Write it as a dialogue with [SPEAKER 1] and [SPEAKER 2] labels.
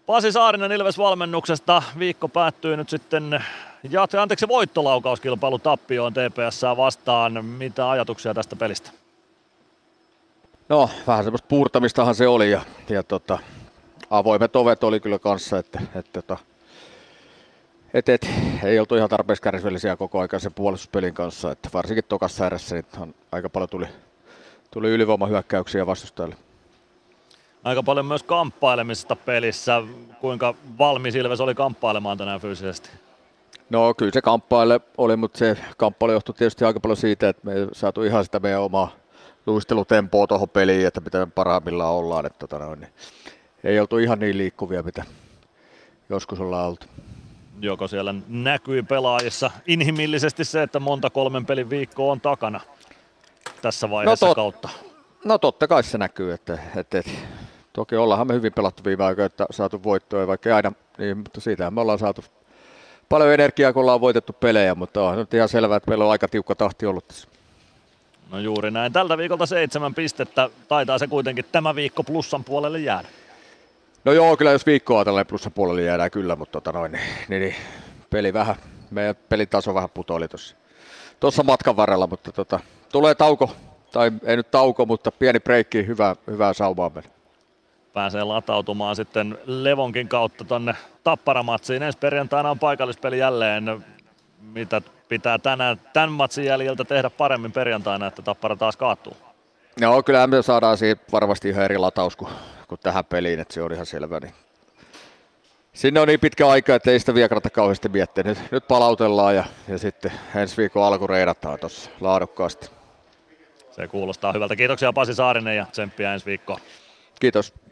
[SPEAKER 1] Pasi Saarinen Ilves-valmennuksesta. Viikko päättyy nyt sitten voittolaukauskilpailu tappioon TPS:ää vastaan. Mitä ajatuksia tästä pelistä?
[SPEAKER 2] No, vähän semmoista puurtamistahan se oli ja avoimet ovet oli kyllä kanssa, että ei oltu ihan tarpeeksi kärsivällisiä koko ajan sen puolustuspelin kanssa, että varsinkin tokassa erässä niin aika paljon tuli ylivoimahyökkäyksiä vastustajalle.
[SPEAKER 1] Aika paljon myös kamppailemisesta pelissä. Kuinka valmis Ilves oli kamppailemaan tänään fyysisesti?
[SPEAKER 2] No kyllä se kamppaile oli, mutta se kamppailu johtui tietysti aika paljon siitä, että me ei saatu ihan sitä meidän omaa luistelutempoa tuohon peliin, että mitä me parhaimmillaan ollaan. Että niin ei oltu ihan niin liikkuvia, mitä joskus ollaan oltu.
[SPEAKER 1] Joko siellä näkyi pelaajissa inhimillisesti se, että monta 3 pelin viikkoa on takana tässä vaiheessa kautta?
[SPEAKER 2] No totta kai se näkyy, että toki ollaanhan me hyvin pelattu viime aikoina, että saatu voittoja, vaikka aina, niin, mutta siitähän me ollaan saatu paljon energiaa, kun ollaan voitettu pelejä, mutta on nyt ihan selvää, että meillä on aika tiukka tahti ollut tässä.
[SPEAKER 1] No juuri näin. Tältä viikolta 7 pistettä. Taitaa se kuitenkin tämä viikko plussan puolelle jäädä.
[SPEAKER 2] No joo, kyllä jos viikkoa tällainen plussan puolelle jäädään kyllä, mutta niin, meidän pelitaso vähän putoili tuossa matkan varrella, mutta tulee tauko, tai ei nyt tauko, mutta pieni breikki, hyvää saumaa meille. Pääsee
[SPEAKER 1] latautumaan sitten Levonkin kautta tonne Tappara-matsiin. Ensi perjantaina on paikallispeli jälleen. Mitä pitää tämän matsin jäljiltä tehdä paremmin perjantaina, että Tappara taas kaatuu?
[SPEAKER 2] No kyllähän me saadaan siihen varmasti ihan eri lataus kuin tähän peliin, että se on ihan selvä. Niin. Sinne on niin pitkä aika, että ei sitä vielä kannata kauheasti miettiä. Nyt palautellaan ja sitten ensi viikon alku reidataan tuossa laadukkaasti.
[SPEAKER 1] Se kuulostaa hyvältä. Kiitoksia Pasi Saarinen ja tsemppiä ensi viikkoon.
[SPEAKER 2] Kiitos.